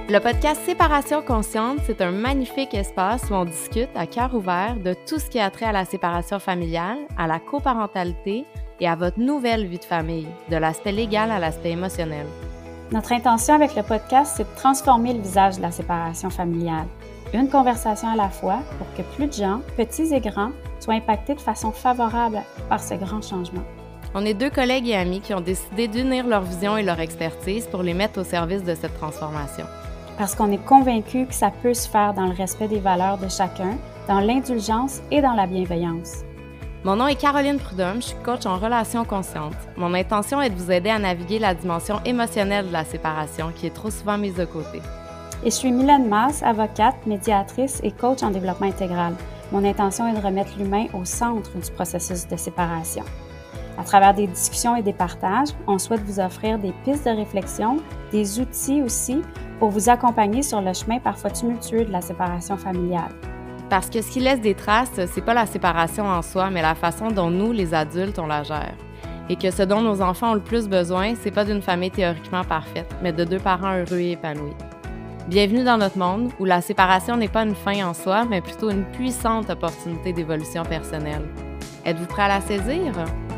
Le podcast Séparation consciente, c'est un magnifique espace où on discute à cœur ouvert de tout ce qui a trait à la séparation familiale, à la coparentalité et à votre nouvelle vie de famille, de l'aspect légal à l'aspect émotionnel. Notre intention avec le podcast, c'est de transformer le visage de la séparation familiale. Une conversation à la fois pour que plus de gens, petits et grands, soient impactés de façon favorable par ce grand changement. On est deux collègues et amis qui ont décidé d'unir leur vision et leur expertise pour les mettre au service de cette transformation. Parce qu'on est convaincus que ça peut se faire dans le respect des valeurs de chacun, dans l'indulgence et dans la bienveillance. Mon nom est Caroline Prudhomme, je suis coach en relations conscientes. Mon intention est de vous aider à naviguer la dimension émotionnelle de la séparation qui est trop souvent mise de côté. Et je suis Mylène Masse, avocate, médiatrice et coach en développement intégral. Mon intention est de remettre l'humain au centre du processus de séparation. À travers des discussions et des partages, on souhaite vous offrir des pistes de réflexion, des outils aussi pour vous accompagner sur le chemin parfois tumultueux de la séparation familiale. Parce que ce qui laisse des traces, c'est pas la séparation en soi, mais la façon dont nous, les adultes, on la gère. Et que ce dont nos enfants ont le plus besoin, c'est pas d'une famille théoriquement parfaite, mais de deux parents heureux et épanouis. Bienvenue dans notre monde où la séparation n'est pas une fin en soi, mais plutôt une puissante opportunité d'évolution personnelle. Êtes-vous prêts à la saisir?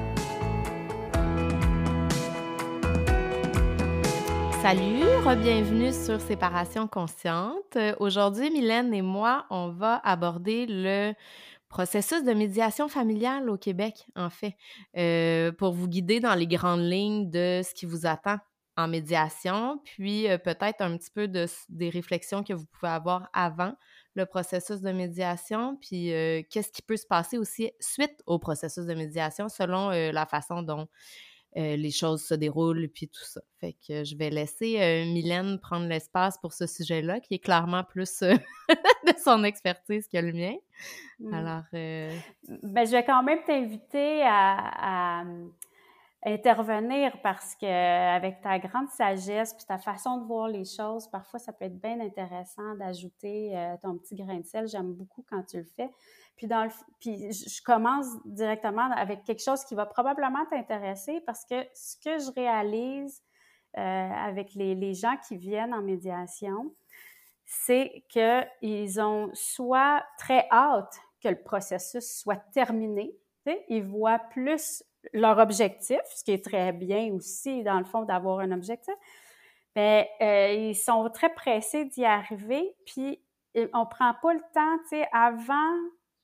Salut, bienvenue sur Séparation consciente. Aujourd'hui, Mylène et moi, on va aborder le processus de médiation familiale au Québec, en fait, pour vous guider dans les grandes lignes de ce qui vous attend en médiation, puis peut-être un petit peu des réflexions que vous pouvez avoir avant le processus de médiation, puis qu'est-ce qui peut se passer aussi suite au processus de médiation selon la façon dont les choses se déroulent, puis tout ça. Fait que je vais laisser Mylène prendre l'espace pour ce sujet-là, qui est clairement plus de son expertise que le mien. Alors... je vais quand même t'inviter à intervenir parce que avec ta grande sagesse puis ta façon de voir les choses, parfois ça peut être bien intéressant d'ajouter ton petit grain de sel. J'aime beaucoup quand tu le fais. Puis je commence directement avec quelque chose qui va probablement t'intéresser parce que ce que je réalise avec les gens qui viennent en médiation, c'est qu'ils ont soit très hâte que le processus soit terminé, tu sais, ils voient plus leur objectif, ce qui est très bien aussi, dans le fond, d'avoir un objectif, mais ils sont très pressés d'y arriver, puis on prend pas le temps, tu sais, avant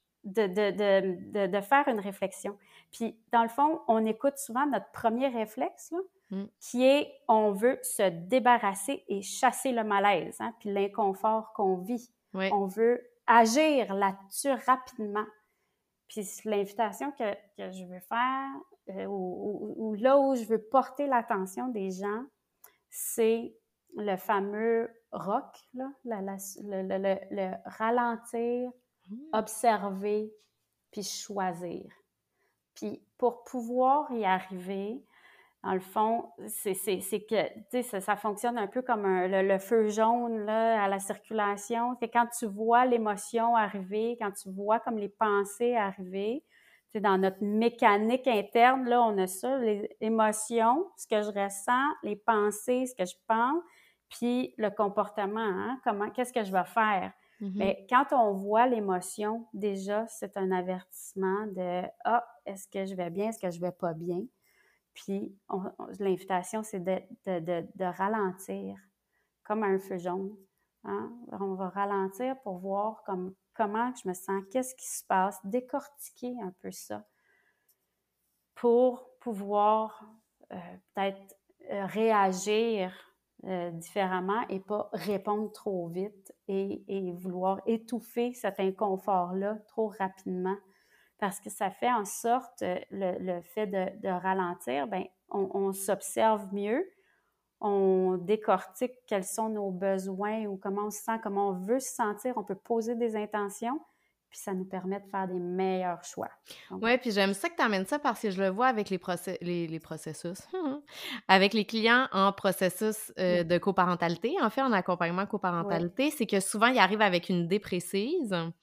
de faire une réflexion. Puis, dans le fond, on écoute souvent notre premier réflexe, là, qui est on veut se débarrasser et chasser le malaise, hein, puis l'inconfort qu'on vit. Oui. On veut agir là-dessus rapidement. Puis l'invitation que je veux faire, ou là où je veux porter l'attention des gens, c'est le fameux ROC, là, le ralentir, observer, puis choisir. Puis pour pouvoir y arriver, dans le fond, c'est que, tu sais, ça fonctionne un peu comme le feu jaune là, à la circulation. C'est quand tu vois l'émotion arriver, quand tu vois comme les pensées arriver, tu sais, dans notre mécanique interne, là, on a ça, les émotions, ce que je ressens, les pensées, ce que je pense, puis le comportement, hein, qu'est-ce que je vais faire? Mais quand on voit l'émotion, déjà, c'est un avertissement de « Ah, est-ce que je vais bien, est-ce que je vais pas bien? » Puis l'invitation, c'est de ralentir, comme un feu jaune. Hein? On va ralentir pour voir comment je me sens, qu'est-ce qui se passe, décortiquer un peu ça pour pouvoir peut-être réagir différemment et pas répondre trop vite et vouloir étouffer cet inconfort-là trop rapidement. Parce que ça fait en sorte, le fait de ralentir, bien, on s'observe mieux, on décortique quels sont nos besoins ou comment on se sent, comment on veut se sentir, on peut poser des intentions, puis ça nous permet de faire des meilleurs choix. Oui, puis j'aime ça que tu amènes ça parce que je le vois avec les processus, avec les clients en processus de coparentalité, en fait, en accompagnement coparentalité, c'est que souvent, ils arrivent avec une idée précise,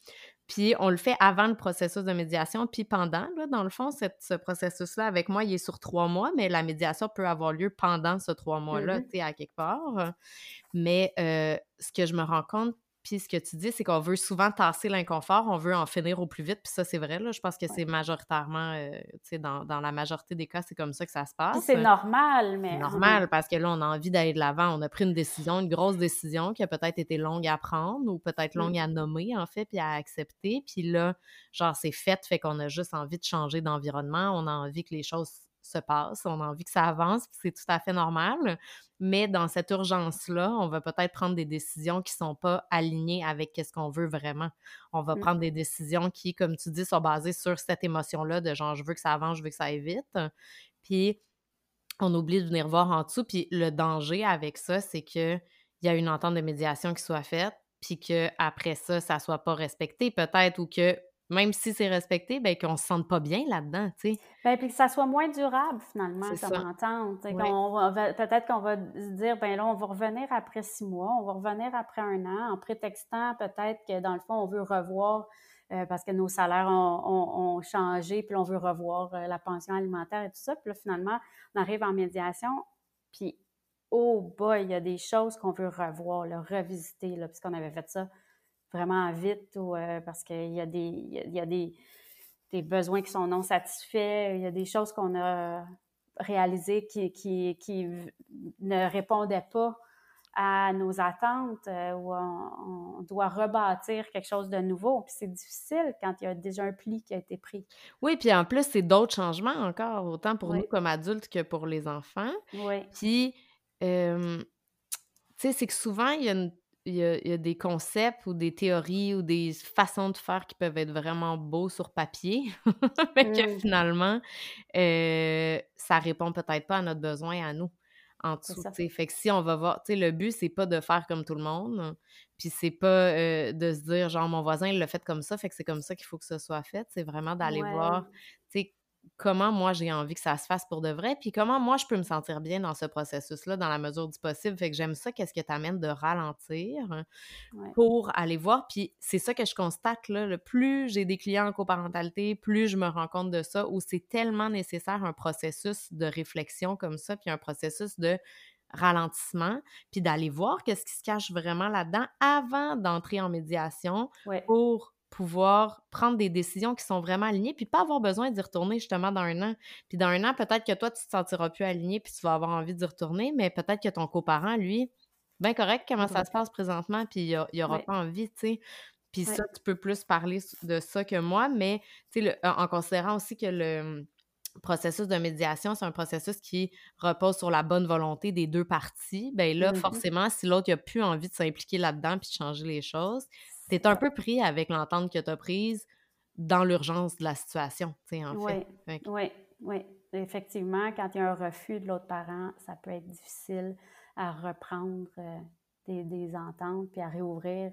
Puis on le fait avant le processus de médiation, puis pendant, là, dans le fond, ce processus-là, avec moi, il est sur 3 mois, mais la médiation peut avoir lieu pendant ce 3 mois-là, tu Mhm. sais, à quelque part. Mais ce que je me rends compte, puis ce que tu dis, c'est qu'on veut souvent tasser l'inconfort, on veut en finir au plus vite, puis ça, c'est vrai, là, je pense que c'est Ouais. majoritairement, tu sais, dans la majorité des cas, c'est comme ça que ça se Puis passe. c'est normal, C'est mais en même normal parce que là, on a envie d'aller de l'avant. On a pris une décision, une grosse décision qui a peut-être été longue à prendre ou peut-être longue mmh, à nommer, en fait, puis à accepter. Puis là, genre, c'est fait qu'on a juste envie de changer d'environnement. On a envie que les choses se passent. On a envie que ça avance, puis c'est tout à fait normal. Mais dans cette urgence-là, on va peut-être prendre des décisions qui sont pas alignées avec ce qu'on veut vraiment. On va mmh, prendre des décisions qui, comme tu dis, sont basées sur cette émotion-là de genre, je veux que ça avance, je veux que ça aille vite. Puis on oublie de venir voir en dessous, puis le danger avec ça, c'est qu'il y a une entente de médiation qui soit faite, puis qu'après ça, ça soit pas respecté peut-être ou que même si c'est respecté, ben qu'on se sente pas bien là-dedans, tu sais? ben, puis que ça soit moins durable finalement C'est comme ça. entente. Tu sais, Ouais. qu'on va peut-être qu'on va se dire: «Ben là, on va revenir après 6 mois, on va revenir après 1 an», en prétextant peut-être que dans le fond, on veut revoir, parce que nos salaires ont changé, puis on veut revoir, la pension alimentaire et tout ça. Puis là, finalement, on arrive en médiation, puis oh boy, il y a des choses qu'on veut revoir, là, revisiter, là, puisqu'on avait fait ça vraiment vite ou parce qu'il y a des besoins qui sont non satisfaits, il y a des choses qu'on a réalisées qui ne répondaient pas à nos attentes, où on doit rebâtir quelque chose de nouveau. Puis c'est difficile quand il y a déjà un pli qui a été pris. Oui, puis en plus, c'est d'autres changements encore, autant pour nous Oui, comme adultes que pour les enfants. oui. Puis, tu sais, c'est que souvent, il y a des concepts ou des théories ou des façons de faire qui peuvent être vraiment beaux sur papier, mais que Mmh, finalement, ça répond peut-être pas à notre besoin à nous, en c'est dessous, ça. tu sais. Fait que si on va voir tu sais, le but, c'est pas de faire comme tout le monde, puis c'est pas, de se dire genre: «Mon voisin, il l'a fait comme ça, fait que c'est comme ça qu'il faut que ce soit fait». C'est vraiment d'aller Ouais, voir, tu sais, comment moi j'ai envie que ça se fasse pour de vrai, puis comment moi je peux me sentir bien dans ce processus-là, dans la mesure du possible. Fait que j'aime ça, qu'est-ce que tu amènes de ralentir ouais. pour aller voir. Puis c'est ça que je constate, là, le plus j'ai des clients en coparentalité, plus je me rends compte de ça, où c'est tellement nécessaire un processus de réflexion comme ça, puis un processus de ralentissement, puis d'aller voir qu'est-ce qui se cache vraiment là-dedans avant d'entrer en médiation Ouais. pour pouvoir prendre des décisions qui sont vraiment alignées, puis pas avoir besoin d'y retourner justement dans 1 an. Puis dans 1 an, peut-être que toi, tu te sentiras plus aligné, puis tu vas avoir envie d'y retourner, mais peut-être que ton coparent, lui, ben correct comment ça Voudrait se plus. passe présentement, puis il aura Ouais, pas envie, tu sais. Puis ça, ouais. tu peux plus parler de ça que moi, mais tu sais, en considérant aussi que le processus de médiation, c'est un processus qui repose sur la bonne volonté des 2 parties, ben là, Mmh. forcément, si l'autre il a plus envie de s'impliquer là-dedans puis de changer les choses, tu C'est es un ça. peu pris avec l'entente que tu as prise dans l'urgence de la situation, tu sais, en fait. Oui, Fait que oui, oui. Effectivement, quand il y a un refus de l'autre parent, ça peut être difficile à reprendre des ententes puis à réouvrir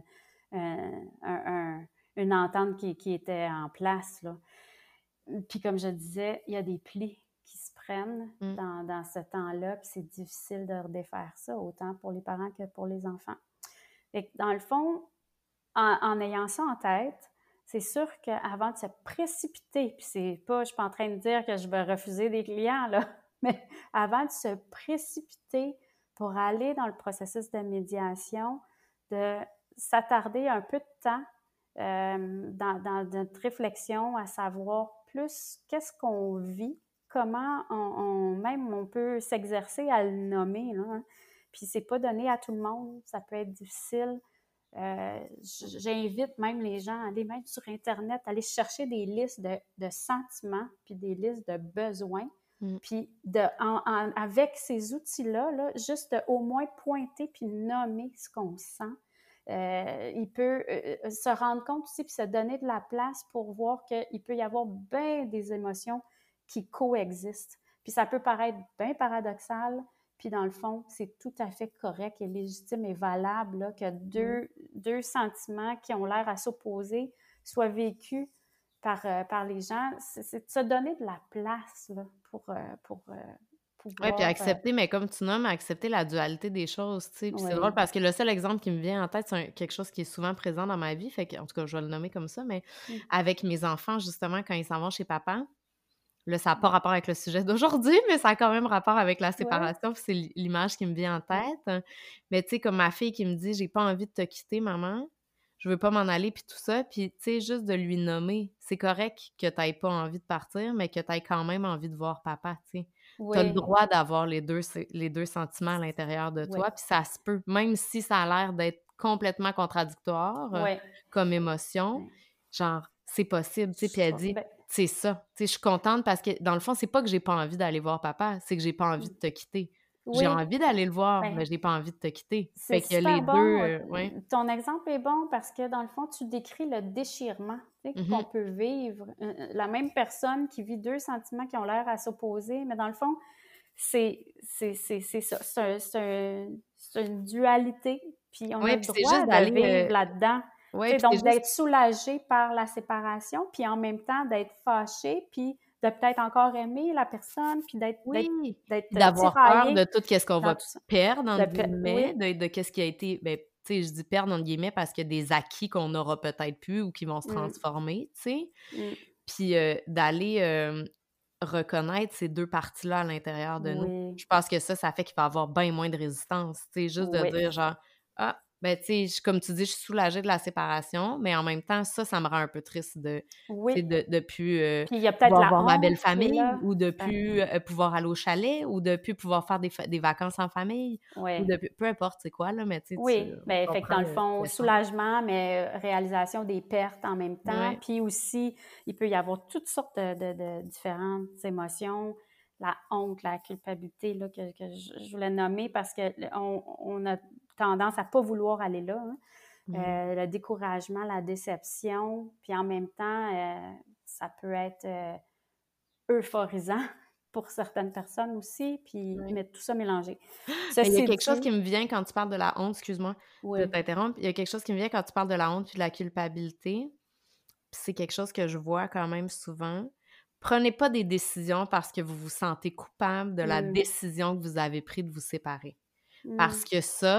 une entente qui était en place, là. Puis comme je disais, il y a des plis qui se prennent mmh, dans ce temps-là, puis c'est difficile de redéfaire ça, autant pour les parents que pour les enfants. Fait que dans le fond, en ayant ça en tête, c'est sûr qu'avant de se précipiter, puis c'est pas, je suis pas en train de dire que je vais refuser des clients, là, mais avant de se précipiter pour aller dans le processus de médiation, de s'attarder un peu de temps dans notre réflexion à savoir plus qu'est-ce qu'on vit, comment même on peut s'exercer à le nommer, là, hein. Puis c'est pas donné à tout le monde, ça peut être difficile. J'invite même les gens à aller même sur Internet, aller chercher des listes de sentiments, puis des listes de besoins, mmh, puis avec ces outils-là, là, juste au moins pointer puis nommer ce qu'on sent. Il peut se rendre compte aussi puis se donner de la place pour voir qu'il peut y avoir bien des émotions qui coexistent. Puis ça peut paraître bien paradoxal, puis dans le fond, c'est tout à fait correct et légitime et valable là, que mmh. deux sentiments qui ont l'air à s'opposer soient vécus par les gens. C'est de se donner de la place là, Ouais, puis pouvoir, accepter, mais comme tu nommes, accepter la dualité des choses, tu sais. Puis c'est drôle oui. parce que le seul exemple qui me vient en tête, c'est quelque chose qui est souvent présent dans ma vie, fait que en tout cas, je vais le nommer comme ça, mais Mmh, avec mes enfants, justement, quand ils s'en vont chez papa, là, ça a pas mmh. rapport avec le sujet d'aujourd'hui, mais ça a quand même rapport avec la Ouais, séparation, puis c'est l'image qui me vient en ouais, tête. Mais tu sais, comme ma fille qui me dit: «J'ai pas envie de te quitter maman, je veux pas m'en aller», puis tout ça, puis tu sais, juste de lui nommer, c'est correct que tu aies pas envie de partir, mais que tu aies quand même envie de voir papa, tu sais. Tu as le oui, droit d'avoir les 2 sentiments à l'intérieur de oui, toi, puis ça se peut, même si ça a l'air d'être complètement contradictoire, oui, comme émotion, oui. genre, c'est possible, tu sais. Puis Je elle trouve dit: «C'est ça, tu sais, je suis contente parce que dans le fond, c'est pas que j'ai pas envie d'aller voir papa, c'est que j'ai pas envie mmh, de te quitter. J'ai oui, envie d'aller le voir, ben mais j'ai pas envie de te quitter». c'est Fait que les super 2 bon, ouais. ton exemple est bon parce que dans le fond, tu décris le déchirement, tu sais, Mmh qu'on mh. peut vivre. La même personne qui vit 2 sentiments qui ont l'air à s'opposer, mais dans le fond, c'est ça, c'est une dualité, puis on a Ouais, le puis c'est juste droit de d'aller, vivre là-dedans. ouais, Tu sais, puis c'est donc juste d'être soulagé par la séparation, puis en même temps d'être fâché, puis de peut-être encore aimer la personne, puis oui, puis d'être d'avoir peur de tiraillé tout qu'est-ce qu'on dans va tout ça. «perdre» De entre pe guillemets, Oui, de qu'est-ce qui a été, ben, tu sais, je dis «perdre» entre guillemets parce qu'il y a des acquis qu'on n'aura peut-être plus ou qui vont se mmh, transformer, tu sais? mmh, Puis, d'aller, reconnaître ces 2 parties-là à l'intérieur de nous. oui, Je pense que ça fait qu'il va y avoir bien moins de résistance, tu sais, juste de oui. dire genre: «Ah, ben, tu sais, comme tu dis, je suis soulagée de la séparation», mais en même temps, ça me rend un peu triste de, tu sais, Oui, de plus, puis il y a peut-être pouvoir la voir ma belle honte qui est famille là. ou de Ça plus, pouvoir aller au chalet ou de plus pouvoir faire des vacances en famille ou Ouais. de plus peu importe c'est quoi là, mais tu sais, Oui, on ben fait que comprend dans le le fond, l'essence. soulagement, mais réalisation des pertes en même temps. Ouais. Puis aussi, il peut y avoir toutes sortes de différentes émotions. La honte, la culpabilité là, que je voulais nommer parce que on a tendance à pas vouloir aller là, hein. Mmh. Le découragement, la déception, puis en même temps, ça peut être euphorisant pour certaines personnes aussi, puis Ouais. mais tout ça mélangé. Mais il y a Ceci quelque chose dit, qui me vient quand tu parles de la honte, excuse-moi de oui. t'interrompre. Il y a quelque chose qui me vient quand tu parles de la honte puis de la culpabilité, puis c'est quelque chose que je vois quand même souvent. Prenez pas des décisions parce que vous vous sentez coupable de la Mmh. décision que vous avez prise de vous séparer. Parce Mmh. que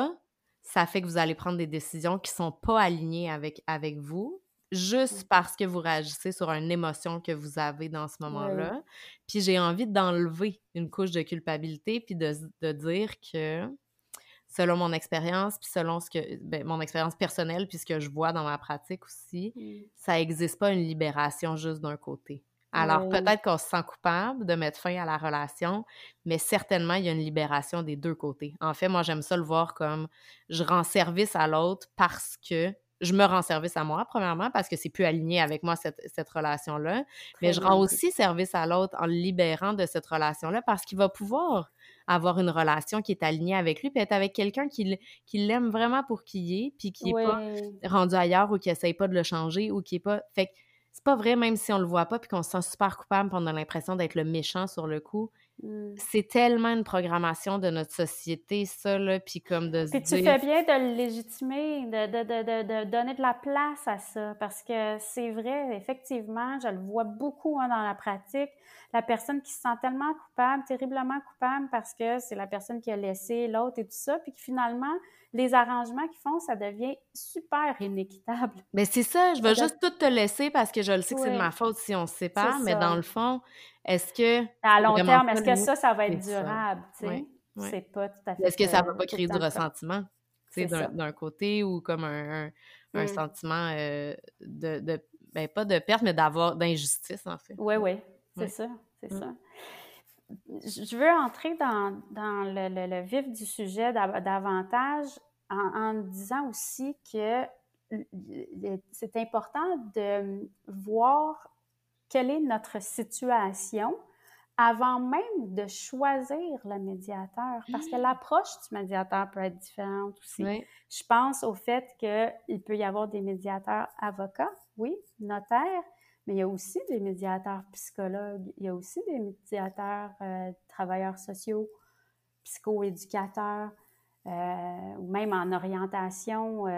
ça fait que vous allez prendre des décisions qui sont pas alignées avec vous, Mmh. juste parce que vous réagissez sur une émotion que vous avez dans ce Oui, moment-là. Puis j'ai envie d'enlever une couche de culpabilité puis de dire que selon mon expérience, puis selon ce que ben, mon expérience personnelle, puis ce que je vois dans ma pratique aussi, mmh, ça existe pas une libération juste d'un côté. Alors oui, peut-être qu'on se sent coupable de mettre fin à la relation, mais certainement il y a une libération des 2 côtés. En fait, moi j'aime ça le voir comme je rends service à l'autre parce que je me rends service à moi premièrement parce que c'est plus aligné avec moi cette relation-là, mais très je bien rends dit. aussi service à l'autre en le libérant de cette relation-là parce qu'il va pouvoir avoir une relation qui est alignée avec lui, puis être avec quelqu'un qui l'aime vraiment pour qui il est, puis qui est pas Oui, rendu ailleurs ou qui essaye pas de le changer ou qui est pas fait que c'est pas vrai même si on le voit pas puis qu'on se sent super coupable puis on a l'impression d'être le méchant sur le coup. mmh. C'est tellement une programmation de notre société ça là, puis comme de se Puis tu dire fais bien de le légitimer, de donner de la place à ça, parce que c'est vrai, effectivement, je le vois beaucoup, hein, dans la pratique, la personne qui se sent tellement coupable, terriblement coupable parce que c'est la personne qui a laissé l'autre et tout ça, puis que finalement, les arrangements qu'ils font, ça devient super inéquitable. ben c'est ça, je Ça vais dev juste tout te laisser parce que je le sais que c'est de Oui, ma faute si on se c'est sépare, mais dans ça. le fond, est-ce que À c'est long vraiment terme, ça est-ce le que mieux? ça va être C'est ça. durable, tu sais? Ouais, ouais. C'est pas tout à Mais fait, est-ce que ça va pas tout le créer du temps le cas. ressentiment? Tu sais, C'est ça. d'un côté ou comme un Mmh. sentiment, de ben, pas de perte, mais d'injustice, en fait. Oui, oui, c'est Ouais. ça, c'est Mmh. ça. Je veux entrer dans le vif du sujet davantage en disant aussi que c'est important de voir quelle est notre situation avant même de choisir le médiateur, parce que l'approche du médiateur peut être différente aussi. Ouais. Je pense au fait qu'il peut y avoir des médiateurs avocats, oui, notaires, mais il y a aussi des médiateurs psychologues, il y a aussi des médiateurs travailleurs sociaux, psychoéducateurs, ou même en orientation.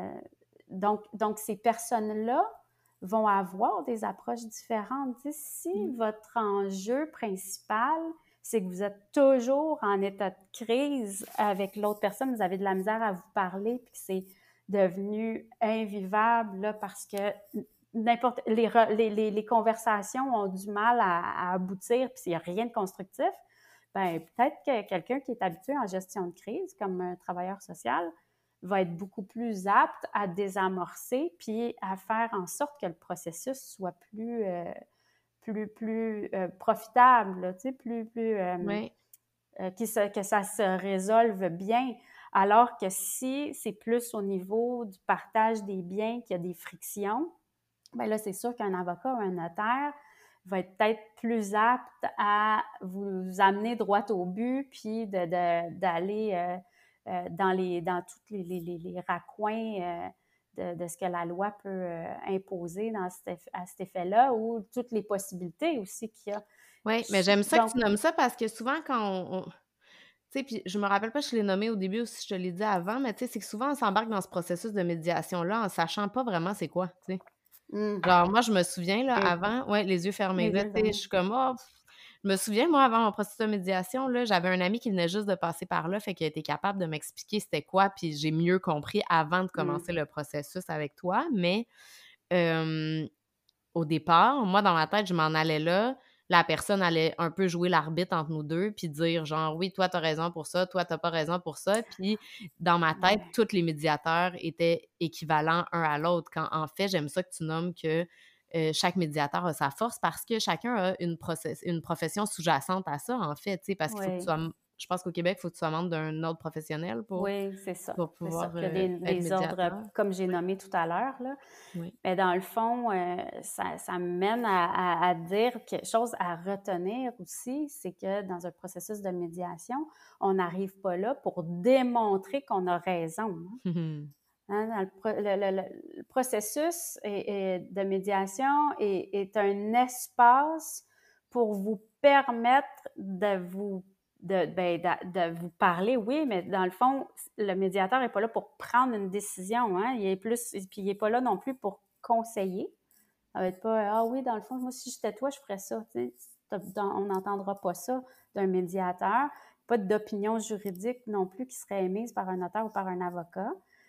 Donc, ces personnes-là vont avoir des approches différentes. Tu sais, si Mmh. votre enjeu principal, c'est que vous êtes toujours en état de crise avec l'autre personne, vous avez de la misère à vous parler, puis que c'est devenu invivable là, parce que les conversations ont du mal à aboutir, puis s'il n'y a rien de constructif, ben peut-être que quelqu'un qui est habitué en gestion de crise, comme un travailleur social, va être beaucoup plus apte à désamorcer puis à faire en sorte que le processus soit plus profitable, là, tu sais, Oui. que ça se résolve bien. Alors que si c'est plus au niveau du partage des biens qu'il y a des frictions, ben là, c'est sûr qu'un avocat ou un notaire va être peut-être plus apte à vous amener droit au but, puis d'aller dans tous les raccoins de ce que la loi peut imposer à cet effet-là, ou toutes les possibilités aussi qu'il y a. Oui, mais j'aime ça que Donc, tu nommes ça parce que souvent quand tu sais, puis je me rappelle pas si je l'ai nommé au début ou si je te l'ai dit avant, mais tu sais, c'est que souvent on s'embarque dans ce processus de médiation-là en sachant pas vraiment c'est quoi, tu sais? mm, Genre moi, je me souviens là, et- avant ouais, les yeux fermés, les là, yeux tu sais, je fermés. suis comme: «Oh!» Je me souviens, moi, avant mon processus de médiation, là, j'avais un ami qui venait juste de passer par là, fait qu'il a été capable de m'expliquer c'était quoi, puis j'ai mieux compris avant de Mm. commencer le processus avec toi, mais hem au départ, moi, dans ma tête, je m'en allais là, la personne allait un peu jouer l'arbitre entre nous 2 puis dire genre: «Oui, toi, tu as raison pour ça, toi, tu as pas raison pour ça», puis dans ma tête, Ouais, tous les médiateurs étaient équivalents un à l'autre, quand en fait, j'aime ça que tu nommes que, chaque médiateur a sa force parce que chacun a une profession sous-jacente à ça, en fait, tu sais, parce qu'il faut que tu ouais. sois je pense qu'au Québec, il faut que tu sois membre d'un ordre professionnel pour Oui, c'est ça, pour c'est ça. pouvoir, Puis il y a être des ordres, médiateur. comme j'ai Oui, nommé tout à l'heure, là. oui. Mais dans le fond, ça me mène à dire quelque chose à retenir aussi, c'est que dans un processus de médiation, on n'arrive pas là pour démontrer qu'on a raison, hein. Dans le processus de médiation est un espace pour vous permettre de vous parler, oui, mais dans le fond, le médiateur n'est pas là pour prendre une décision, hein, puis il n'est pas là non plus pour conseiller. Ça va être pas, ah oui, dans le fond, moi, si j'étais toi, je ferais ça. Tu sais, on n'entendra pas ça d'un médiateur. Pas d'opinion juridique non plus qui serait émise par un notaire ou par un avocat.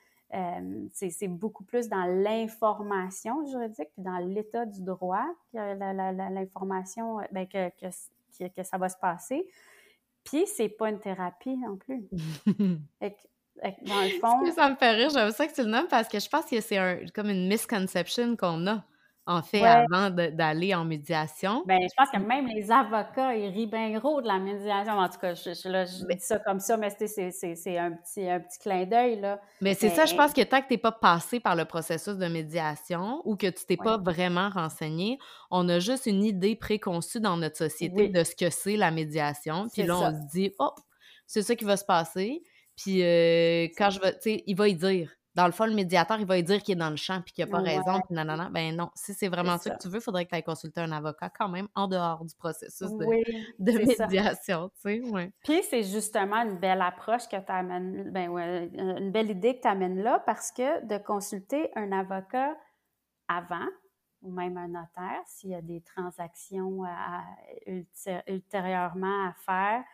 C'est beaucoup plus dans l'information juridique puis dans l'état du droit que l'information, que ça va se passer. Puis, c'est pas une thérapie non plus. Fait dans le Ce que fond, ça me fait rire, j'aime ça que tu le nommes parce que je pense que c'est comme une misconception qu'on a, en fait, ouais, avant d'aller en médiation. ben, je pense que Mmh, même les avocats, ils rient bien gros de la médiation. En tout cas, là, je dis mais ça comme ça, mais c'est un petit clin d'œil, là. c'est ça, je Mais, pense que tant que tu es pas passé par le processus de médiation ou que tu t'es ouais, pas vraiment renseigné, on a juste une idée préconçue dans notre société oui, de ce que c'est la médiation. Puis c'est là, on ça. se dit: «Oh, c'est ça qui va se passer». Puis, quand je vais tu sais, il va y dire. Dans le fond, le médiateur, il va y dire qu'il est dans le champ puis qu'il a pas raison Ouais, puis nanana. Ben non, si c'est c'est vraiment ça que ça. tu veux, il faudrait que tu ailles consulter un avocat quand même en dehors du processus de Oui, de c'est ça. médiation, tu sais? Ouais. Puis c'est justement une belle approche que tu amènes, ben ouais, une belle idée que tu amènes là, parce que de consulter un avocat avant, ou même un notaire, s'il y a des transactions ultérieurement à faire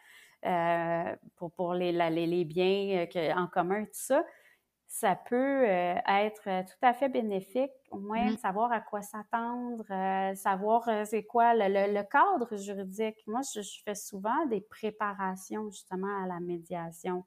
pour les biens en commun, tout ça, ça peut être tout à fait bénéfique, au moins Mmh. de savoir à quoi s'attendre, savoir c'est quoi le cadre juridique. Moi, je fais souvent des préparations justement à la médiation.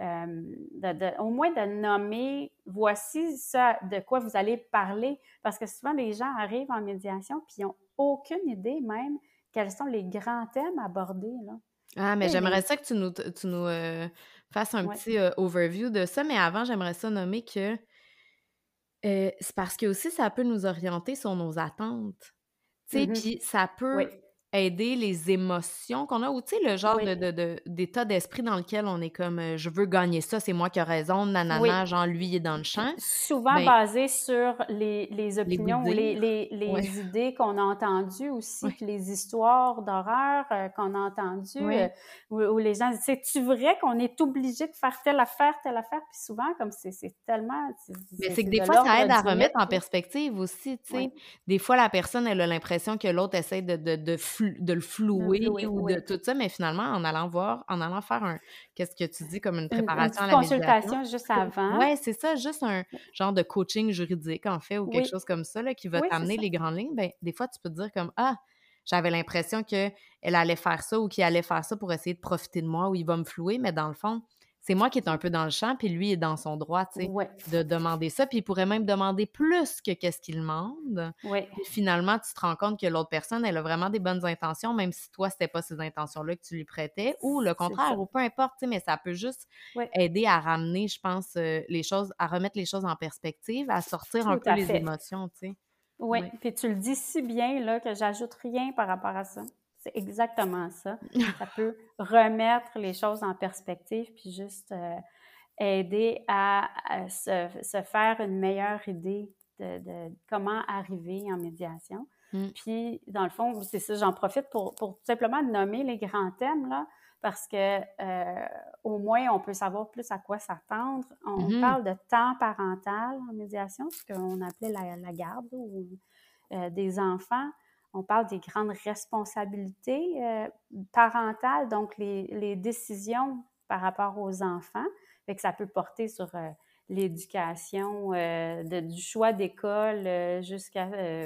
Au moins de nommer, voici ça de quoi vous allez parler, parce que souvent les gens arrivent en médiation puis ils n'ont aucune idée même quels sont les grands thèmes abordés, là. Ah, mais Tu sais, j'aimerais ça que tu nous, fasses un ouais. petit, overview de ça, mais avant, j'aimerais ça nommer que, c'est parce que aussi ça peut nous orienter sur nos attentes. Tu sais, Mhm. puis ça Oui, peut aider les émotions qu'on a ou tu sais, le genre oui, de d'état d'esprit dans lequel on est comme, «Je veux gagner ça, c'est moi qui a raison, oui. nanana», genre lui il est dans le champ. Souvent Ben, basé sur les les opinions ou oui-dire. Ouais, les idées qu'on a entendues aussi, ouais, puis les histoires d'horreur qu'on a entendues, ouais. où les gens disent, c'est-tu vrai qu'on est obligé de faire telle affaire? Puis souvent, comme c'est tellement, Mais c'est que c'est des de fois, ça l'ordre aide à du mythe, remettre en là. perspective aussi, tu sais. Oui, Des fois, la personne, elle a l'impression que l'autre essaie de de le De me flouer flouer, ou de oui. tout ça, mais finalement, en allant faire qu'est-ce que tu dis, comme une Une préparation petite à la médiation. consultation juste avant. Ouais, c'est ça, juste un genre de coaching juridique, en fait, ou quelque Oui, chose comme ça, là, qui va oui, c'est t'amener ça. les grandes lignes. Ben, des fois, tu peux te dire comme: «Ah, j'avais l'impression qu'elle allait faire ça ou qu'il allait faire ça pour essayer de profiter de moi ou il va me flouer», mais dans le fond, c'est moi qui est un peu dans le champ, puis lui est dans son droit, tu sais, Ouais, de demander ça, puis il pourrait même demander plus que qu'est-ce qu'il demande. ouais, Puis finalement, tu te rends compte que l'autre personne, elle a vraiment des bonnes intentions, même si toi, c'était pas ces intentions-là que tu lui prêtais, ou le c'est ça. contraire, ou peu importe, tu sais, mais ça peut juste Ouais, aider à ramener, je pense, les choses à remettre les choses en perspective, à sortir un tout peu à les fait. émotions, tu sais. Oui, Ouais. puis tu le dis si bien là que j'ajoute rien par rapport à ça. C'est exactement ça. Ça peut remettre les choses en perspective puis juste, aider à se faire une meilleure idée de comment arriver en médiation. Mmh. Puis, dans le fond, c'est ça, j'en profite pour tout simplement nommer les grands thèmes, là, parce que au moins, on peut savoir plus à quoi s'attendre. On Mmh. parle de temps parental en médiation, ce qu'on appelait la garde ou des enfants. On parle des grandes responsabilités parentales, donc les décisions par rapport aux enfants. Fait que ça peut porter sur l'éducation, du choix d'école jusqu'à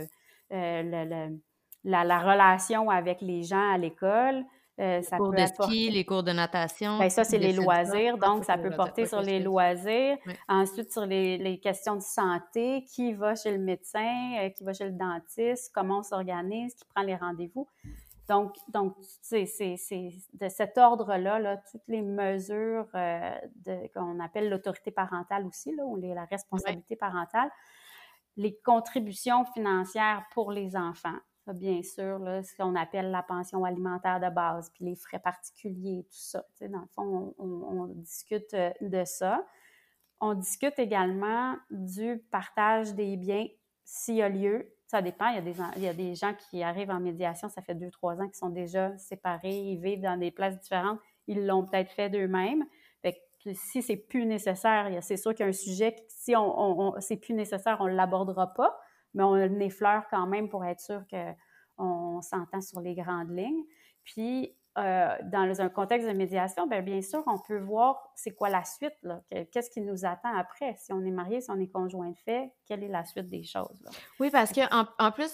la relation avec les gens à l'école. Les Ça cours peut de ski, apporter les cours de natation, ben c'est toi ça, qui c'est les décides ça? loisirs. Ah, Donc, ça, c'est ça les peut loisirs. porter OK, sur les je loisirs. ouais. Ensuite, sur les questions de santé, qui va chez le médecin, qui va chez le dentiste, comment on s'organise, qui prend les rendez-vous. Donc c'est de cet ordre-là, là, toutes les mesures qu'on appelle l'autorité parentale aussi, là, ou la Ouais. responsabilité parentale, les contributions financières pour les enfants. Ça, bien sûr, là, ce qu'on appelle la pension alimentaire de base, puis les frais particuliers, tout ça. Tu sais, dans le fond, on discute de ça. On discute également du partage des biens s'il y a lieu. Ça dépend. Il y a des gens qui arrivent en médiation, ça fait 2, 3 ans qu'ils sont déjà séparés, ils vivent dans des places différentes. Ils l'ont peut-être fait d'eux-mêmes. Fait que si c'est plus nécessaire, c'est sûr qu'il y a un sujet, si c'est plus nécessaire, on ne l'abordera pas, mais on effleure quand même pour être sûr qu'on s'entend sur les grandes lignes. Puis, dans un contexte de médiation, bien sûr, on peut voir c'est quoi la suite, là, qu'est-ce qui nous attend après. Si on est marié, si on est conjoint de fait, quelle est la suite des choses, là? Oui, parce qu'en plus,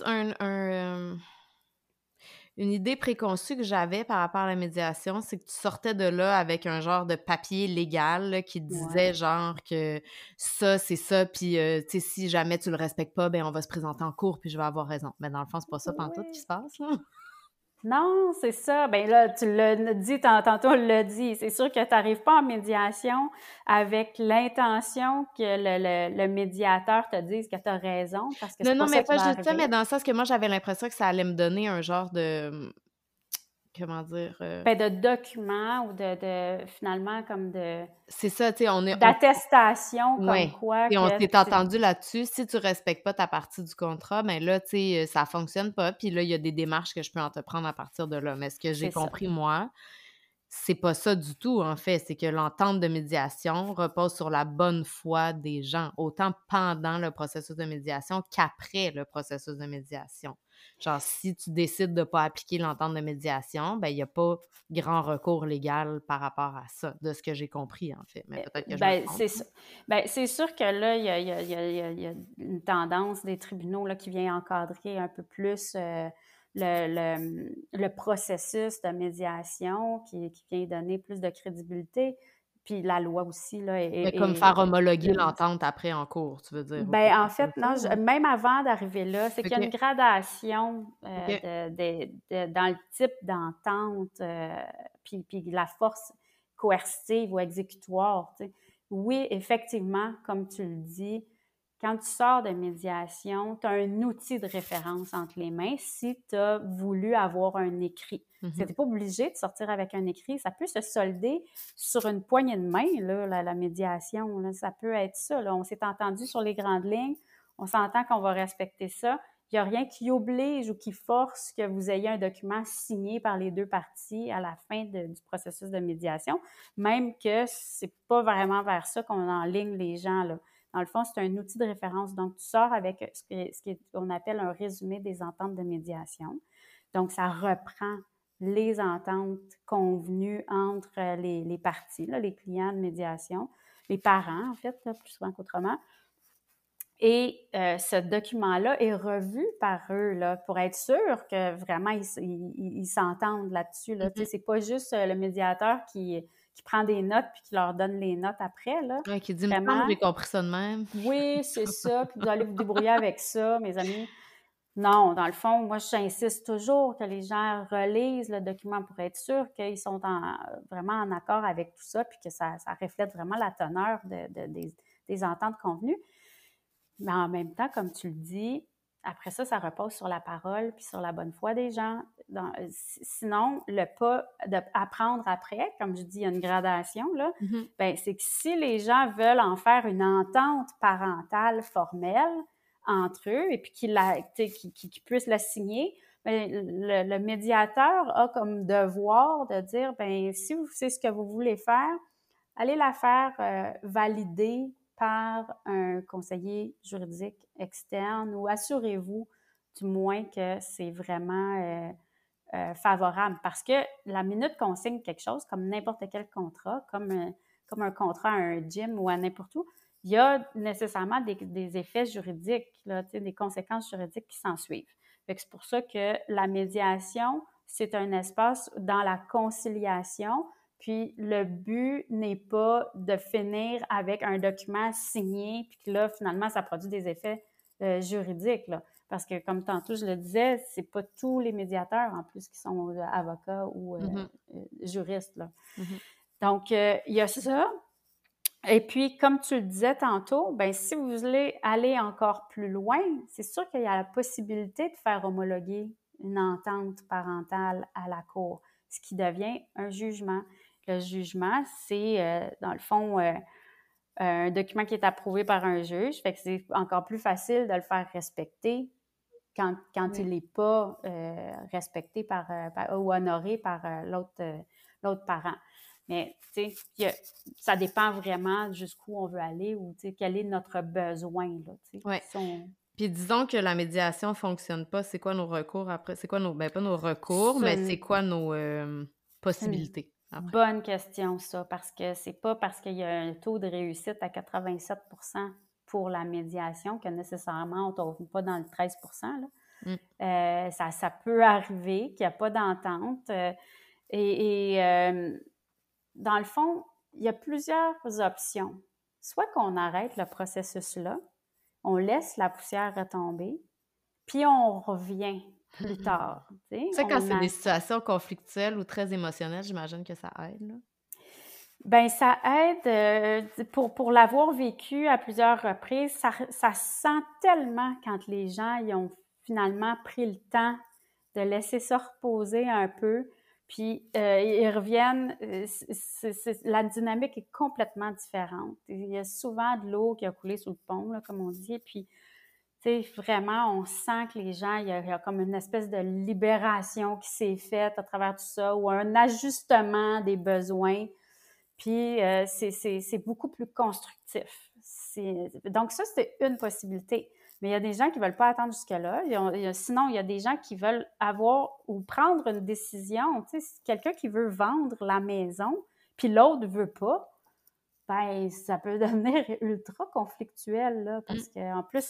une idée préconçue que j'avais par rapport à la médiation, c'est que tu sortais de là avec un genre de papier légal, là, qui te Ouais. disait genre que ça, c'est ça, puis, tu sais, si jamais tu le respectes pas, ben on va se présenter en cours, puis je vais avoir raison. Mais dans le fond, c'est pas ça pantoute qui Oui. se passe, là. Non, c'est ça. Ben là, tu l'as dit tantôt, on l'a dit. C'est sûr que tu n'arrives pas en médiation avec l'intention que le médiateur te dise que tu as raison, parce que Non, c'est non, pas mais ça qui pas va juste ça, mais arriver. dans le sens que moi, j'avais l'impression que ça allait me donner un genre de, comment dire? Ben, de documents ou finalement comme C'est ça, tu sais, on d'attestation comme ouais, quoi et on que s'est entendu là-dessus. Si tu respectes pas ta partie du contrat, ben là, tu sais, ça fonctionne pas, puis là, il y a des démarches que je peux entreprendre à partir de là. Mais ce que j'ai c'est ça. compris, moi, c'est pas ça du tout, en fait. C'est que l'entente de médiation repose sur la bonne foi des gens, autant pendant le processus de médiation qu'après le processus de médiation. Genre, si tu décides de pas appliquer l'entente de médiation, ben, il y a pas grand recours légal par rapport à ça, de ce que j'ai compris, en fait. Mais peut-être que je me Ben, trompe, c'est là. ça. Ben, c'est sûr que là, il y a une tendance des tribunaux là, qui vient encadrer un peu plus le processus de médiation, qui vient donner plus de crédibilité. Puis la loi aussi, là, Mais comme faire homologuer le- l'entente après en cours, tu veux dire, ou ben, quelque en chose comme fait, ça, non, ou? même avant d'arriver là, c'est qu'il y a une OK, gradation OK. dans le type d'entente, puis la force coercitive ou exécutoire. Tu sais. Oui, effectivement, comme tu le dis, quand tu sors de médiation, tu as un outil de référence entre les mains si tu as voulu avoir un écrit. Parce que tu Mmh. n'es pas obligé de sortir avec un écrit. Ça peut se solder sur une poignée de main, là, la médiation. Là. Ça peut être ça. Là. On s'est entendu sur les grandes lignes. On s'entend qu'on va respecter ça. Il n'y a rien qui oblige ou qui force que vous ayez un document signé par les deux parties à la fin du processus de médiation, même que c'est pas vraiment vers ça qu'on enligne les gens, là. Dans le fond, c'est un outil de référence. Donc, tu sors avec ce qu'on appelle un résumé des ententes de médiation. Donc, ça reprend les ententes convenues entre les parties, là, les clients de médiation, les parents, en fait, là, plus souvent qu'autrement. Et ce document-là est revu par eux là, pour être sûr que vraiment ils s'entendent là-dessus. Là. Tu sais, c'est pas juste le médiateur qui prend des notes puis qui leur donne les notes après. Là. Ouais, qui dit: «Il me semble que Vraiment, j'ai compris ça de même». oui, c'est ça, puis vous allez vous débrouiller avec ça, mes amis. Non, dans le fond, moi, j'insiste toujours que les gens relisent le document pour être sûr qu'ils sont vraiment en accord avec tout ça, puis que ça reflète vraiment la teneur des ententes convenues. Mais en même temps, comme tu le dis, après ça, ça repose sur la parole puis sur la bonne foi des gens. Sinon, le pas d'apprendre après, comme je dis, il y a une gradation, là, Mmh. ben, c'est que si les gens veulent en faire une entente parentale formelle entre eux et puis qu'ils puissent la signer, ben, le médiateur a comme devoir de dire, ben, si c'est ce que vous voulez faire, allez la faire valider par un conseiller juridique externe ou assurez-vous du moins que c'est vraiment favorable. Parce que la minute qu'on signe quelque chose, comme n'importe quel contrat, comme un contrat à un gym ou à n'importe où, il y a nécessairement des effets juridiques, là, des conséquences juridiques qui s'en suivent. C'est pour ça que la médiation, c'est un espace dans la conciliation. Puis le but n'est pas de finir avec un document signé, puis que là, finalement, ça produit des effets juridiques. Là. Parce que, comme tantôt je le disais, c'est pas tous les médiateurs, en plus, qui sont avocats ou Mmh. juristes. Là. Mmh. Donc, il y a ça. Et puis, comme tu le disais tantôt, ben si vous voulez aller encore plus loin, c'est sûr qu'il y a la possibilité de faire homologuer une entente parentale à la cour, ce qui devient un jugement. Le jugement, c'est, dans le fond, un document qui est approuvé par un juge, fait que c'est encore plus facile de le faire respecter quand il Oui. n'est pas respecté ou honoré par l'autre parent. Mais, tu sais, ça dépend vraiment jusqu'où on veut aller ou, tu sais, quel est notre besoin, là, tu sais. Ouais. Si on... Puis disons que la médiation fonctionne pas, c'est quoi nos recours après? C'est quoi nos ben, pas nos recours, C'est mais c'est quoi nos, une possibilités après? bonne question, ça, parce que c'est pas parce qu'il y a un taux de réussite à 87% pour la médiation que nécessairement on ne tombe pas dans le 13%, là. Mmh. Ça peut arriver qu'il n'y a pas d'entente. Et dans le fond, il y a plusieurs options. Soit qu'on arrête le processus-là, on laisse la poussière retomber, puis on revient plus tard. Tu sais, Ça, quand c'est des situations conflictuelles ou très émotionnelles, j'imagine que ça aide, là? ben ça aide pour l'avoir vécu à plusieurs reprises. Ça se sent tellement quand les gens ils ont finalement pris le temps de laisser ça reposer un peu, puis ils reviennent. La dynamique est complètement différente. Il y a souvent de l'eau qui a coulé sous le pont, là, comme on dit, puis tu sais, vraiment, on sent que les gens, il y a comme une espèce de libération qui s'est faite à travers tout ça, ou un ajustement des besoins. Puis c'est beaucoup plus constructif. Donc ça, c'est une possibilité. Mais il y a des gens qui ne veulent pas attendre jusque-là. Sinon, il y a des gens qui veulent avoir ou prendre une décision. Tu sais, quelqu'un qui veut vendre la maison, puis l'autre ne veut pas, ben ça peut devenir ultra conflictuel, là, Mmh. parce qu'en plus,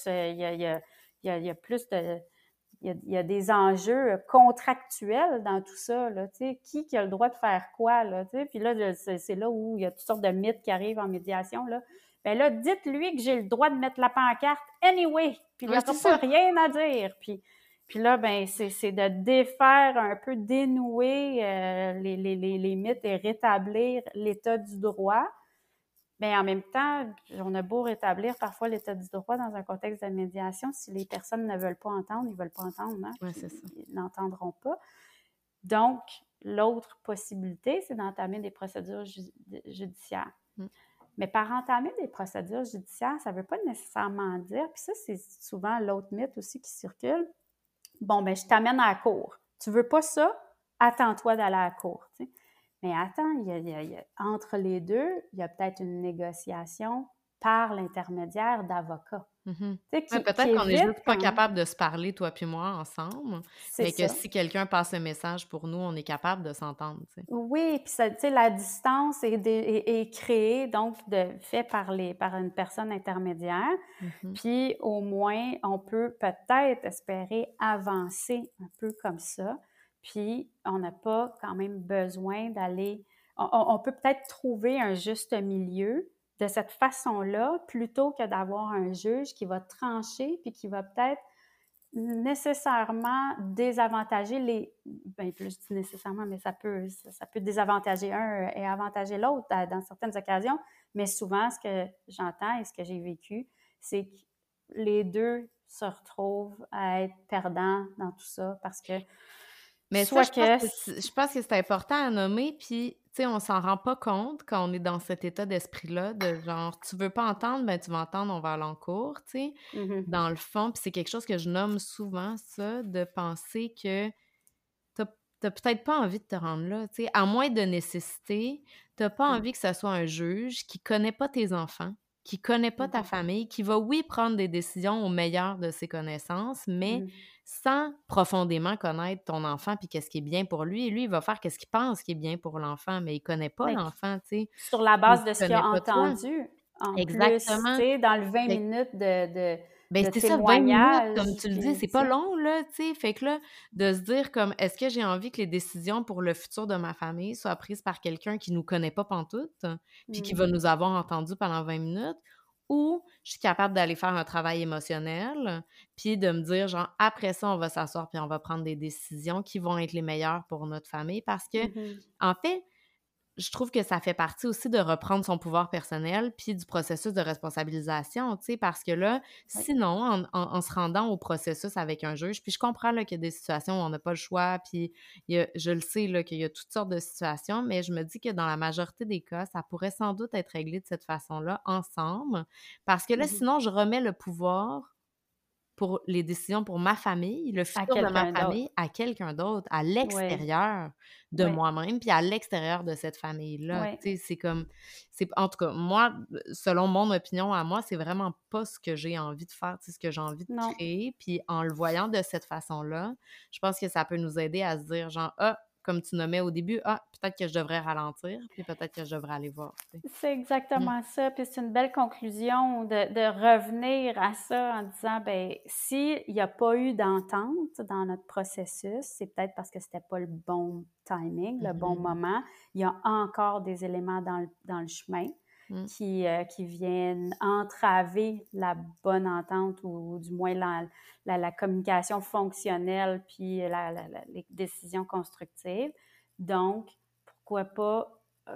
il y a plus de il y a des enjeux contractuels dans tout ça, là, tu sais, qui a le droit de faire quoi, là, tu sais, puis là, c'est là où il y a toutes sortes de mythes qui arrivent en médiation, là. Ben là, dites-lui que j'ai le droit de mettre la pancarte anyway, puis il n'y Ouais, aura c'est pas ça. rien à dire, puis là, ben c'est de défaire un peu, dénouer les mythes et rétablir l'état du droit. Mais en même temps, on a beau rétablir parfois l'état du droit dans un contexte de médiation, si les personnes ne veulent pas entendre, ils ne veulent pas entendre, hein, Ouais, puis c'est ça. ils n'entendront pas. Donc, l'autre possibilité, c'est d'entamer des procédures judiciaires. Mmh. Mais par entamer des procédures judiciaires, ça ne veut pas nécessairement dire, puis ça, c'est souvent l'autre mythe aussi qui circule. Bon, ben je t'amène à la cour. Tu veux pas ça? Attends-toi d'aller à la cour, tu sais. Mais attends, entre les deux, il y a peut-être une négociation par l'intermédiaire d'avocats. Mmh. Tu sais, Ouais, qui peut-être qu'on est évite juste pas quand même. capable de se parler, toi puis moi, ensemble, C'est mais que ça. si quelqu'un passe le message pour nous, on est capable de s'entendre, tu sais. Oui, puis ça, tu sais, la distance est créée, donc fait par une personne intermédiaire. Mmh. Puis au moins, on peut peut-être espérer avancer un peu comme ça. Puis on n'a pas quand même besoin d'aller. On peut peut-être trouver un juste milieu de cette façon-là, plutôt que d'avoir un juge qui va trancher puis qui va peut-être nécessairement désavantager ben plus je dis nécessairement, mais ça peut désavantager un et avantager l'autre dans certaines occasions, mais souvent ce que j'entends et ce que j'ai vécu, c'est que les deux se retrouvent à être perdants dans tout ça parce que Mais ça, soit que je pense que c'est important à nommer, puis, tu sais, on s'en rend pas compte quand on est dans cet état d'esprit-là de genre: «Tu veux pas entendre, ben, tu vas entendre, on va aller en cours», tu sais? mhm, Dans le fond, puis c'est quelque chose que je nomme souvent ça, de penser que tu as peut-être pas envie de te rendre là, tu sais? À moins de nécessité, tu pas mhm, envie que ça soit un juge qui connaît pas tes enfants, qui connaît pas ta mhm, famille, qui va, oui, prendre des décisions au meilleur de ses connaissances, mais mhm. sans profondément connaître ton enfant puis qu'est-ce qui est bien pour lui. Et lui, il va faire qu'est-ce qu'il pense qui est bien pour l'enfant, mais il connaît pas Mais l'enfant, tu sais? sur la Il base de te ce qu'il connaît a pas toi. entendu, en plus, tu Exactement. sais, dans le 20 Fait minutes ben, de c'est ça, 20 minutes, témoignage, comme tu le dis, puis c'est tu pas sais. long, là, tu sais? Fait que là, de se dire comme: «Est-ce que j'ai envie que les décisions pour le futur de ma famille soient prises par quelqu'un qui nous connaît pas pantoute, puis qui Mmh. va nous avoir entendus pendant 20 minutes? Ou je suis capable d'aller faire un travail émotionnel, puis de me dire genre: Après ça, on va s'asseoir puis on va prendre des décisions qui vont être les meilleures pour notre famille». Parce que Mmh. en fait, je trouve que ça fait partie aussi de reprendre son pouvoir personnel puis du processus de responsabilisation, tu sais, parce que là, Oui. sinon, en se rendant au processus avec un juge, puis je comprends là, qu'il y a des situations où on n'a pas le choix, puis je le sais là, qu'il y a toutes sortes de situations, mais je me dis que dans la majorité des cas, ça pourrait sans doute être réglé de cette façon-là, ensemble, parce que là, Mmh. sinon, je remets le pouvoir pour les décisions pour ma famille, le À futur de ma quelqu'un d'autre. famille, à quelqu'un d'autre, à Oui, l'extérieur de oui, moi-même, puis à l'extérieur de cette famille-là. oui. Tu sais, c'est comme c'est en tout cas, moi, selon mon opinion à moi, c'est vraiment pas ce que j'ai envie de faire, c'est ce que j'ai envie de Non. créer. Puis en le voyant de cette façon-là, je pense que ça peut nous aider à se dire genre: «Ah», comme tu nommais au début: «Ah, peut-être que je devrais ralentir, puis peut-être que je devrais aller voir», tu sais? C'est Mmh. exactement ça, puis c'est une belle conclusion de revenir à ça en disant, ben s'il y a pas eu d'entente dans notre processus, c'est peut-être parce que c'était pas le bon timing, le bon Mmh. moment. Il y a encore des éléments dans le chemin Mmh. qui viennent entraver la bonne entente ou du moins la communication fonctionnelle puis les décisions constructives. Donc, pourquoi pas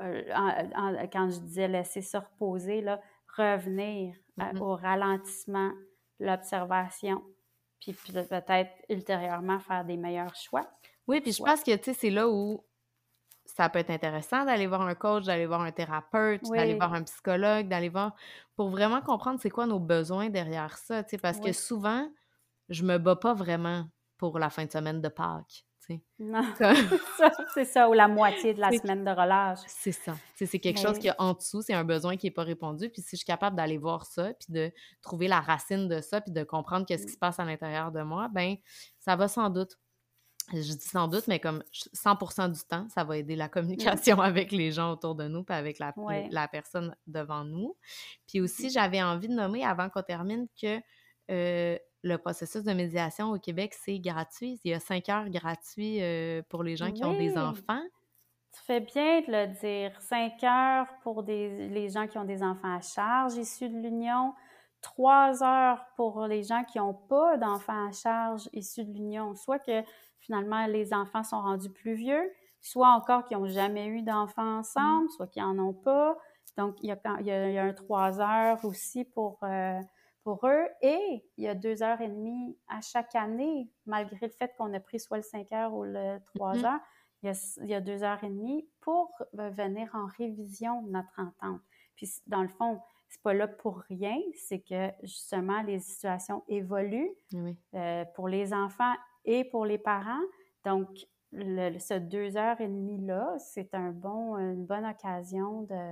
quand je disais laisser se reposer, là, revenir Mmh. au ralentissement, l'observation, puis peut-être ultérieurement faire des meilleurs choix Oui, pour puis je soi. pense que, tu sais, c'est là où ça peut être intéressant d'aller voir un coach, d'aller voir un thérapeute, d'aller Oui, voir un psychologue, d'aller voir pour vraiment comprendre c'est quoi nos besoins derrière ça, tu sais? Parce que oui. souvent, je me bats pas vraiment pour la fin de semaine de Pâques, tu sais? Non, Comme c'est ça, ou la moitié de la c'est semaine de relâche. c'est ça. Tu sais, c'est quelque chose qui Mais est en dessous, c'est un besoin qui est pas répondu, puis si je suis capable d'aller voir ça, puis de trouver la racine de ça, puis de comprendre qu'est-ce qui mmh, se passe à l'intérieur de moi, ben, ça va sans doute je dis sans doute, mais comme 100 du temps, ça va aider la mmh, communication avec les gens autour de nous, puis avec ouais, la personne devant nous. Puis mmh aussi, j'avais envie de nommer avant qu'on termine que, le processus de médiation au Québec, c'est gratuit. Il y a 5 heures gratuits, pour les gens qui ont des Oui! enfants. Tu fais bien de le dire. 5 heures pour les gens qui ont des enfants à charge issus de l'union, 3 heures pour les gens qui n'ont pas d'enfants à charge issus de l'union. Soit que finalement les enfants sont rendus plus vieux, soit encore qu'ils n'ont jamais eu d'enfants Mmh. ensemble, soit qu'ils n'en ont pas. Donc, il y a un 3 heures aussi pour eux. Et il y a 2 heures et demie à chaque année, malgré le fait qu'on a pris soit le 5 heures ou le 3 Mmh. heures il y a 2 heures et demie pour venir en révision de notre entente. Puis, dans le fond, c'est pas là pour rien, c'est que justement, les situations évoluent Oui. pour les enfants et pour les parents. Donc, ce 2 heures et demie-là, c'est une bonne occasion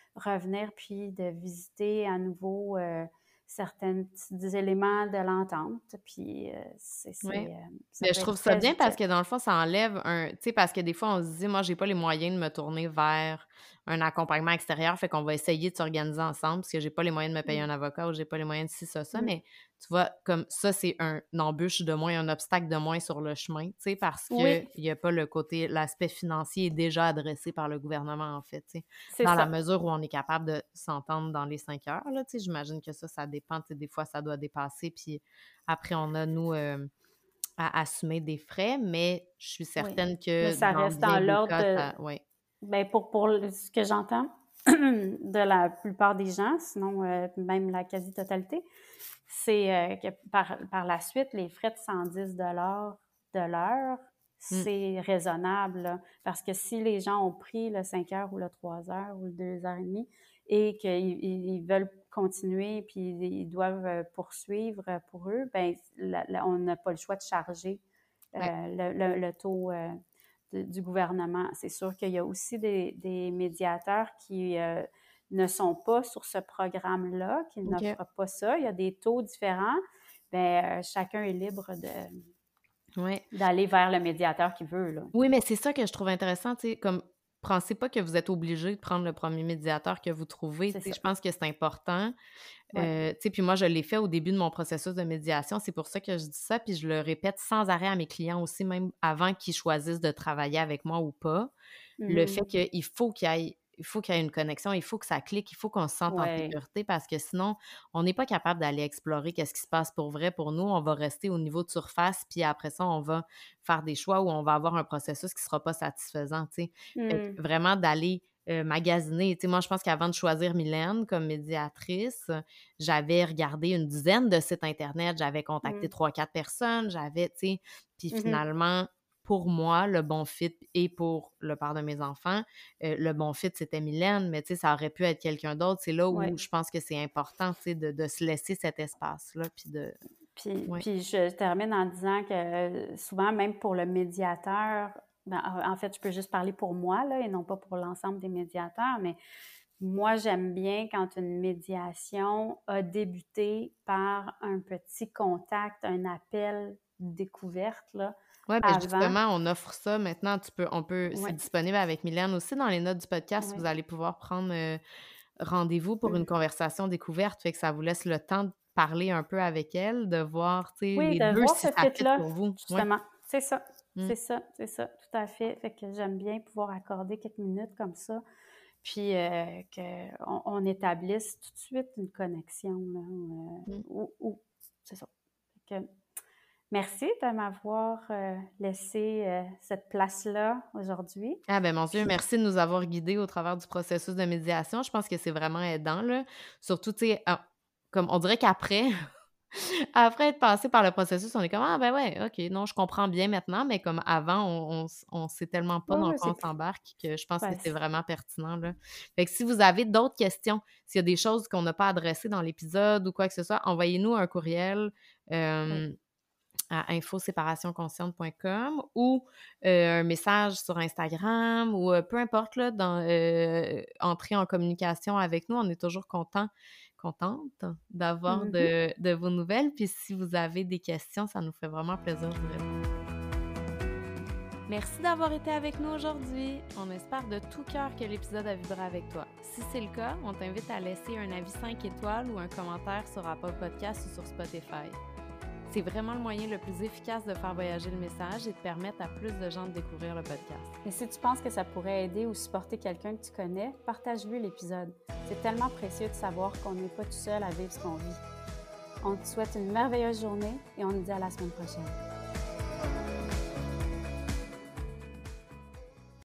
revenir puis de visiter à nouveau certains petits éléments de l'entente. Puis Ouais. ça Mais peut je être trouve ça très bien parce utile. que dans le fond, ça enlève tu sais, parce que des fois, on se dit: «Moi, j'ai pas les moyens de me tourner vers un accompagnement extérieur, fait qu'on va essayer de s'organiser ensemble parce que j'ai pas les moyens de me payer Mm, un avocat ou j'ai pas les moyens de ci, ça». mm. Mais tu vois, comme ça, c'est une embûche de moins, un obstacle de moins sur le chemin, tu sais, parce Oui, qu'il y a pas l'aspect financier est déjà adressé par le gouvernement, en fait, tu sais. c'est Dans la ça. mesure où on est capable de s'entendre dans les 5 heures, là, tu sais, j'imagine que ça dépend, tu sais, des fois, ça doit dépasser, puis après on a, nous, à assumer des frais, mais je suis Oui. certaine Mais que ça dans reste bien dans des l'ordre cas, de, ça ouais. ben ce que j'entends de la plupart des gens, sinon même la quasi-totalité, c'est que par la suite, les frais de 110 de l'heure, Mmh, c'est raisonnable, là. Parce que si les gens ont pris le 5 heures ou le 3 heures ou le 2 heures et demie et qu'ils veulent continuer puis ils doivent poursuivre pour eux, ben on n'a pas le choix de charger ouais, le taux du gouvernement. C'est sûr qu'il y a aussi des médiateurs qui ne sont pas sur ce programme-là, qui OK. n'offrent pas ça. Il y a des taux différents. Bien, chacun est libre Ouais. d'aller vers le médiateur qu'il veut, là. Oui, mais c'est ça que je trouve intéressant, tu sais, comme pensez pas que vous êtes obligé de prendre le premier médiateur que vous trouvez, C'est tu sais, ça. je pense que c'est important. Oui. Tu sais, puis moi, je l'ai fait au début de mon processus de médiation. C'est pour ça que je dis ça, puis je le répète sans arrêt à mes clients aussi, même avant qu'ils choisissent de travailler avec moi ou pas. Le fait Mhm. qu'il faut qu'il y ait une connexion, il faut que ça clique, il faut qu'on se sente en Ouais. sécurité parce que sinon, on n'est pas capable d'aller explorer qu'est-ce qui se passe pour vrai pour nous. On va rester au niveau de surface, puis après ça, on va faire des choix où on va avoir un processus qui sera pas satisfaisant, tu sais. Fait que Mhm. vraiment d'aller, magasiner. Tu sais, moi, je pense qu'avant de choisir Mylène comme médiatrice, j'avais regardé une dizaine de sites internet, j'avais contacté Mhm. 3-4 personnes, j'avais tu sais, puis Mhm. finalement, pour moi, le bon fit et pour le père de mes enfants, le bon fit, c'était Mylène, mais tu sais, ça aurait pu être quelqu'un d'autre. C'est là Ouais. où je pense que c'est important, tu sais, de se laisser cet espace-là, puis de ouais. Puis je termine en disant que souvent, même pour le médiateur, ben, en fait, je peux juste parler pour moi, là, et non pas pour l'ensemble des médiateurs, mais moi, j'aime bien quand une médiation a débuté par un petit contact, un appel découverte, là, Ouais, ben, avant. justement, on offre ça maintenant, c'est Oui, disponible avec Mylène aussi dans les notes du podcast, vous oui. allez pouvoir prendre, rendez-vous pour une Mhm. conversation découverte, fait que ça vous laisse le temps de parler un peu avec elle, de voir, tu sais, Oui, les de 2 voir si ce ça fit fit-là, pour vous. Ouais. justement. C'est ça, Mmh. c'est ça, c'est ça, tout à fait. Fait que j'aime bien pouvoir accorder quelques minutes comme ça, puis qu'on établisse tout de suite une connexion, là, Mmh. c'est ça. Fait que merci de m'avoir laissé cette place-là aujourd'hui. Ah ben, mon Dieu, Puis, merci de nous avoir guidés au travers du processus de médiation. Je pense que c'est vraiment aidant, là. Surtout, tu sais, comme on dirait qu'après après être passé par le processus, on est comme: «Ah ben ouais, OK, non, je comprends bien maintenant», mais comme avant, on sait tellement pas ouais, dans ouais, quoi c'est on s'embarque que je pense que ben, c'est vraiment pertinent, là. Fait que si vous avez d'autres questions, s'il y a des choses qu'on n'a pas adressées dans l'épisode ou quoi que ce soit, envoyez-nous un courriel, oui. à info-séparation-consciente.com ou un message sur Instagram ou peu importe là, entrer en communication avec nous. On est toujours contente d'avoir Mhm. de vos nouvelles. Puis si vous avez des questions, ça nous fait vraiment plaisir de vous répondre. Merci d'avoir été avec nous aujourd'hui. On espère de tout cœur que l'épisode a vibré avec toi. Si c'est le cas, on t'invite à laisser un avis 5 étoiles ou un commentaire sur Apple Podcasts ou sur Spotify. C'est vraiment le moyen le plus efficace de faire voyager le message et de permettre à plus de gens de découvrir le podcast. Et si tu penses que ça pourrait aider ou supporter quelqu'un que tu connais, partage-lui l'épisode. C'est tellement précieux de savoir qu'on n'est pas tout seul à vivre ce qu'on vit. On te souhaite une merveilleuse journée et on te dit à la semaine prochaine.